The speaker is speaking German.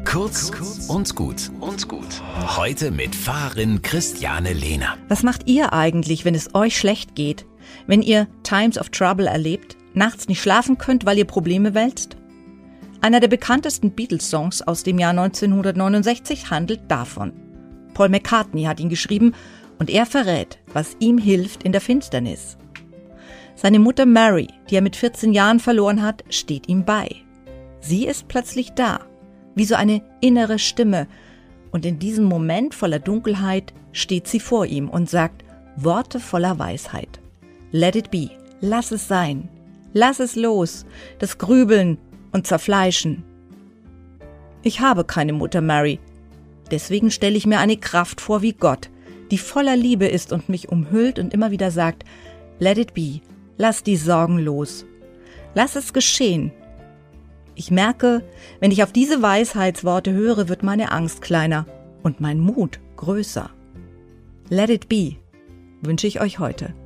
Kurz und gut. Heute mit Pfarrerin Christiane Lehner. Was macht ihr eigentlich, wenn es euch schlecht geht? Wenn ihr Times of Trouble erlebt, nachts nicht schlafen könnt, weil ihr Probleme wälzt? Einer der bekanntesten Beatles-Songs aus dem Jahr 1969 handelt davon. Paul McCartney hat ihn geschrieben und er verrät, was ihm hilft in der Finsternis. Seine Mutter Mary, die er mit 14 Jahren verloren hat, steht ihm bei. Sie ist plötzlich da, wie so eine innere Stimme. Und in diesem Moment voller Dunkelheit steht sie vor ihm und sagt Worte voller Weisheit. Let it be, lass es sein, lass es los, das Grübeln und Zerfleischen. Ich habe keine Mutter, Mary. Deswegen stelle ich mir eine Kraft vor wie Gott, die voller Liebe ist und mich umhüllt und immer wieder sagt, let it be, lass die Sorgen los, lass es geschehen. Ich merke, wenn ich auf diese Weisheitsworte höre, wird meine Angst kleiner und mein Mut größer. Let it be, wünsche ich euch heute.